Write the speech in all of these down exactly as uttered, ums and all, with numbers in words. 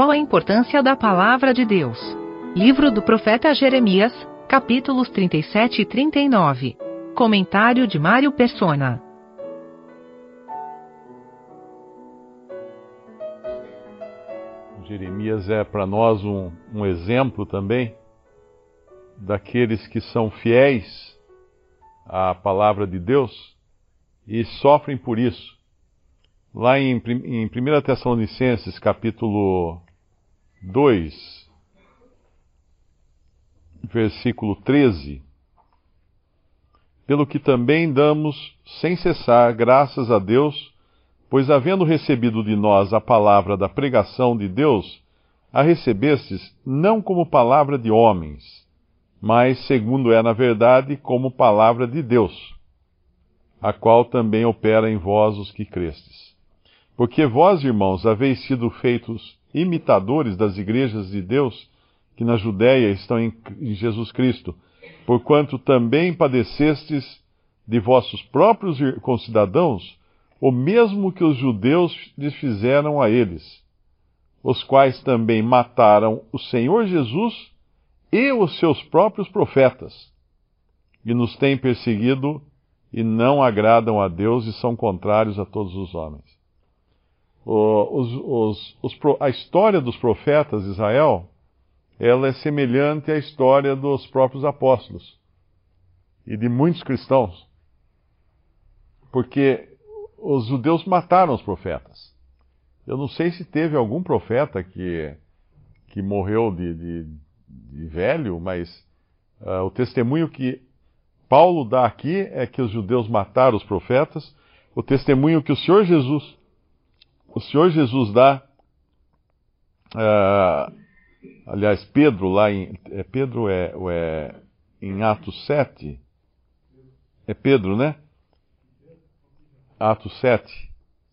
Qual a importância da palavra de Deus? Livro do profeta Jeremias, capítulos trinta e sete e trinta e nove. Comentário de Mário Persona. Jeremias é para nós um, um exemplo também daqueles que são fiéis à palavra de Deus e sofrem por isso. Lá em, em primeira Tessalonicenses, capítulo dois, versículo treze, pelo que também damos sem cessar graças a Deus, pois havendo recebido de nós a palavra da pregação de Deus, a recebestes não como palavra de homens, mas, segundo é na verdade, como palavra de Deus, a qual também opera em vós os que crestes. Porque vós, irmãos, haveis sido feitos imitadores das igrejas de Deus, que na Judéia estão em, em Jesus Cristo, porquanto também padecestes de vossos próprios concidadãos, o mesmo que os judeus lhes fizeram a eles, os quais também mataram o Senhor Jesus e os seus próprios profetas, e nos têm perseguido e não agradam a Deus e são contrários a todos os homens. O, os, os, os, a história dos profetas de Israel, ela é semelhante à história dos próprios apóstolos e de muitos cristãos, porque os judeus mataram os profetas. Eu não sei se teve algum profeta que, que morreu de, de, de velho, mas uh, o testemunho que Paulo dá aqui é que os judeus mataram os profetas. O testemunho que o Senhor Jesus, o Senhor Jesus dá, uh, aliás, Pedro lá em, é Pedro é, é em Atos sete, é Pedro, né? Atos sete.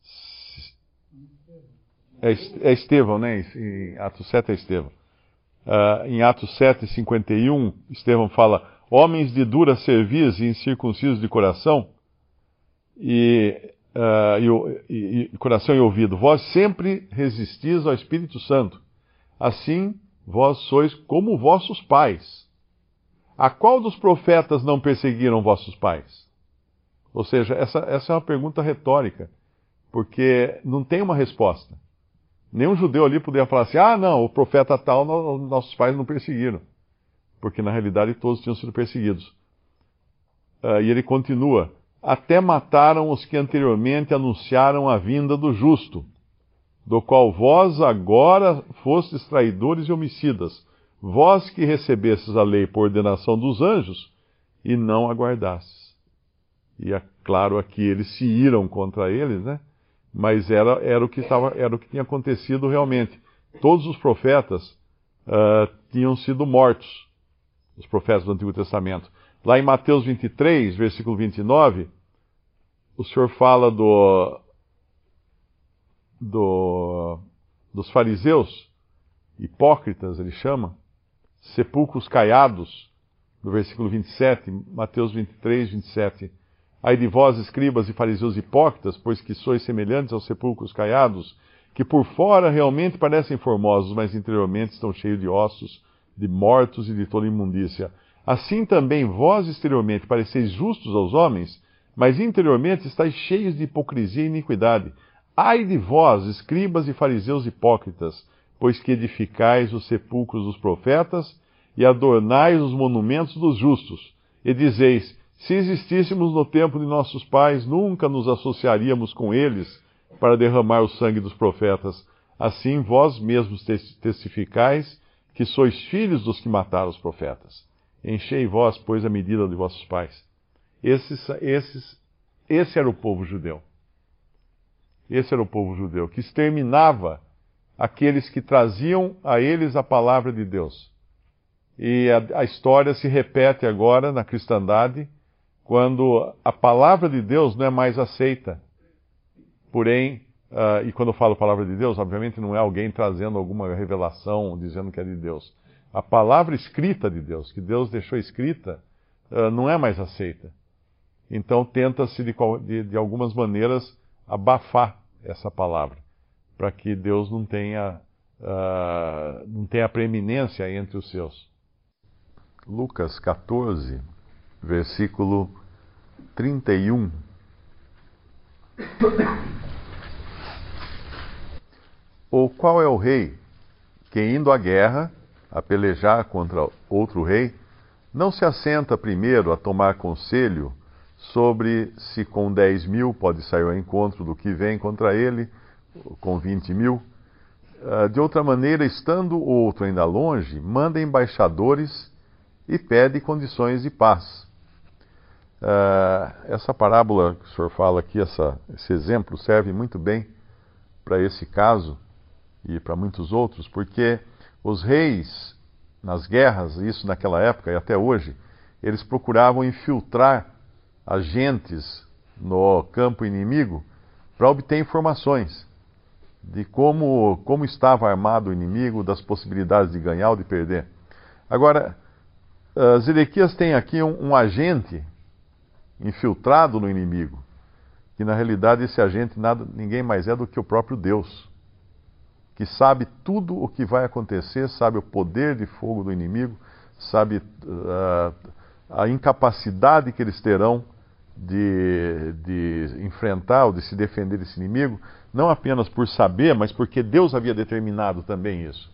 É, é Estevão, né? Em Atos sete é Estevão. Uh, em Atos sete, cinquenta e um, Estevão fala: homens de dura cerviz e incircuncisos de coração, e, uh, e, e coração e ouvido, vós sempre resistis ao Espírito Santo. Assim, vós sois como vossos pais. A qual dos profetas não perseguiram vossos pais? Ou seja, essa, essa é uma pergunta retórica, porque não tem uma resposta. Nenhum judeu ali poderia falar assim: ah, não, o profeta tal, nossos pais não perseguiram. Porque na realidade todos tinham sido perseguidos. Uh, e ele continua: até mataram os que anteriormente anunciaram a vinda do justo, do qual vós agora fostes traidores e homicidas, vós que recebestes a lei por ordenação dos anjos e não aguardastes. E é claro, aqui eles se iram contra eles, né? Mas era, era, o que tava, era o que tinha acontecido realmente. Todos os profetas uh, tinham sido mortos, os profetas do Antigo Testamento. Lá em Mateus vinte e três, versículo vinte e nove, o Senhor fala do, do, dos fariseus, hipócritas, ele chama, sepulcros caiados, no versículo vinte e sete, Mateus vinte e três, vinte e sete. Ai de vós, escribas e fariseus hipócritas, pois que sois semelhantes aos sepulcros caiados, que por fora realmente parecem formosos, mas interiormente estão cheios de ossos, de mortos e de toda imundícia. Assim também vós exteriormente pareceis justos aos homens, mas interiormente estáis cheios de hipocrisia e iniquidade. Ai de vós, escribas e fariseus hipócritas, pois que edificais os sepulcros dos profetas e adornais os monumentos dos justos, e dizeis: se existíssemos no tempo de nossos pais, nunca nos associaríamos com eles para derramar o sangue dos profetas. Assim vós mesmos testificais que sois filhos dos que mataram os profetas. Enchei vós, pois, a medida de vossos pais. Esses, esses, esse era o povo judeu. Esse era o povo judeu, que exterminava aqueles que traziam a eles a palavra de Deus. E a, a história se repete agora na cristandade, quando a palavra de Deus não é mais aceita. Porém, uh, e quando eu falo palavra de Deus, obviamente não é alguém trazendo alguma revelação, dizendo que é de Deus. A palavra escrita de Deus, que Deus deixou escrita, uh, não é mais aceita. Então tenta-se de, de, de algumas maneiras abafar essa palavra, para que Deus não tenha uh, não tem a preeminência entre os seus. Lucas catorze, versículo trinta e um. Ou qual é o rei que, indo à guerra, a pelejar contra outro rei, não se assenta primeiro a tomar conselho sobre se com dez mil pode sair ao encontro do que vem contra ele, com vinte mil? De outra maneira, estando o outro ainda longe, manda embaixadores e pede condições de paz. Essa parábola que o senhor fala aqui, essa, esse exemplo, serve muito bem para esse caso e para muitos outros, porque os reis, nas guerras, isso naquela época e até hoje, eles procuravam infiltrar agentes no campo inimigo para obter informações de como, como estava armado o inimigo, das possibilidades de ganhar ou de perder. Agora, uh, Zedequias tem aqui um, um agente infiltrado no inimigo, que na realidade esse agente nada, ninguém mais é do que o próprio Deus, que sabe tudo o que vai acontecer, sabe o poder de fogo do inimigo, sabe uh, a incapacidade que eles terão de, de enfrentar ou de se defender desse inimigo, não apenas por saber, mas porque Deus havia determinado também isso.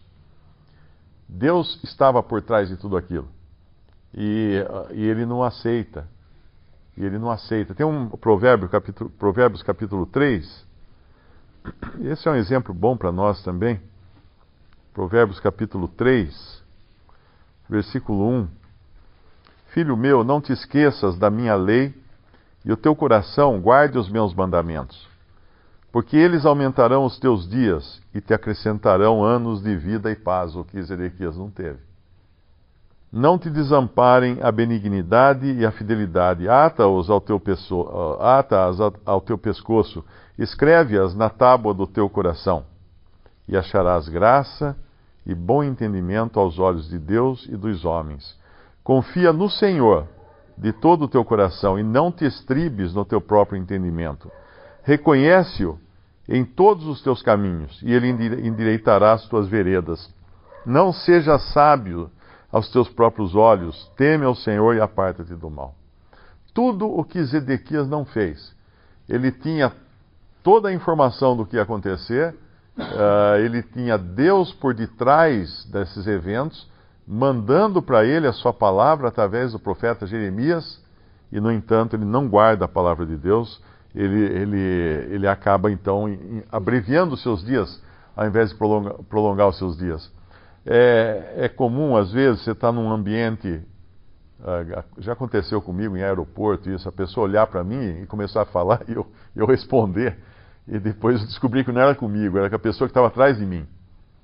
Deus estava por trás de tudo aquilo. E, e ele não aceita. E ele não aceita. Tem um provérbio, capítulo, Provérbios capítulo três. Esse é um exemplo bom para nós também. Provérbios capítulo três, versículo um. Filho meu, não te esqueças da minha lei, e o teu coração guarde os meus mandamentos, porque eles aumentarão os teus dias e te acrescentarão anos de vida e paz, o que Zedequias não teve. Não te desamparem a benignidade e a fidelidade, ata-os ao teu, pesso... ata-as ao teu pescoço, escreve-as na tábua do teu coração, e acharás graça e bom entendimento aos olhos de Deus e dos homens. Confia no Senhor de todo o teu coração e não te estribes no teu próprio entendimento. Reconhece-o em todos os teus caminhos e ele endireitará as tuas veredas. Não seja sábio aos teus próprios olhos, teme ao Senhor e aparta-te do mal. Tudo o que Zedequias não fez, ele tinha toda a informação do que ia acontecer, uh, ele tinha Deus por detrás desses eventos, mandando para ele a sua palavra através do profeta Jeremias, e no entanto ele não guarda a palavra de Deus, ele, ele, ele acaba então abreviando os seus dias, ao invés de prolongar, prolongar os seus dias. É, é comum, às vezes, você está num ambiente, uh, já aconteceu comigo em aeroporto, isso, a pessoa olhar para mim e começar a falar e eu, eu responder, e depois eu descobri que não era comigo, era com a pessoa que estava atrás de mim.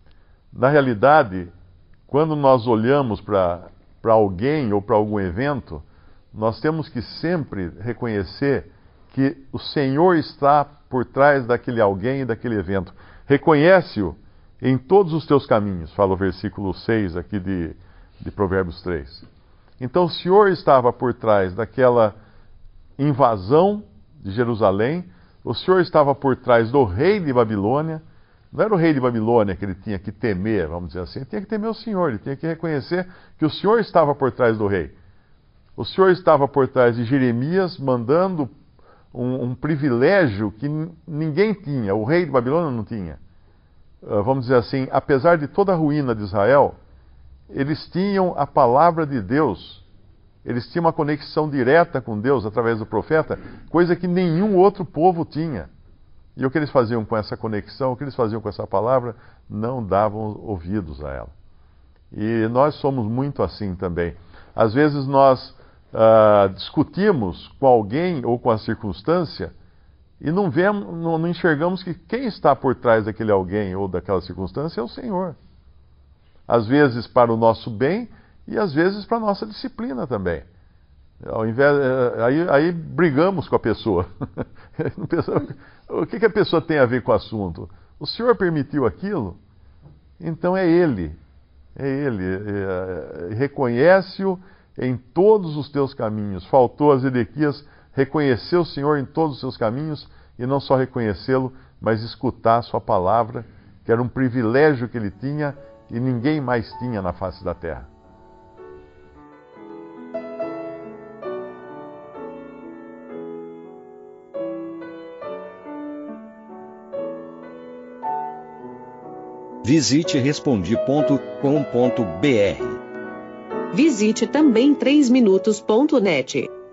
Na realidade, quando nós olhamos para alguém ou para algum evento, nós temos que sempre reconhecer que o Senhor está por trás daquele alguém e daquele evento. Reconhece-o em todos os teus caminhos, fala o versículo seis aqui de, de Provérbios três. Então o Senhor estava por trás daquela invasão de Jerusalém, o Senhor estava por trás do rei de Babilônia. Não era o rei de Babilônia que ele tinha que temer, vamos dizer assim, ele tinha que temer o Senhor, ele tinha que reconhecer que o Senhor estava por trás do rei. O Senhor estava por trás de Jeremias, mandando um, um privilégio que ninguém tinha, o rei de Babilônia não tinha. Uh, vamos dizer assim, apesar de toda a ruína de Israel, eles tinham a palavra de Deus, eles tinham uma conexão direta com Deus através do profeta, coisa que nenhum outro povo tinha. E o que eles faziam com essa conexão, o que eles faziam com essa palavra, não davam ouvidos a ela. E nós somos muito assim também. Às vezes nós uh, discutimos com alguém ou com a circunstância e não, vemos, não, não enxergamos que quem está por trás daquele alguém ou daquela circunstância é o Senhor. Às vezes para o nosso bem e às vezes para a nossa disciplina também. Ao invés, aí, aí brigamos com a pessoa. O que, que a pessoa tem a ver com o assunto? O Senhor permitiu aquilo? Então é Ele. É Ele. É, é, reconhece-o em todos os teus caminhos. Faltou a Zedequias reconhecer o Senhor em todos os seus caminhos e não só reconhecê-lo, mas escutar a sua palavra que era um privilégio que ele tinha e ninguém mais tinha na face da terra. Visite respondi ponto com ponto br. Visite também três minutos ponto net.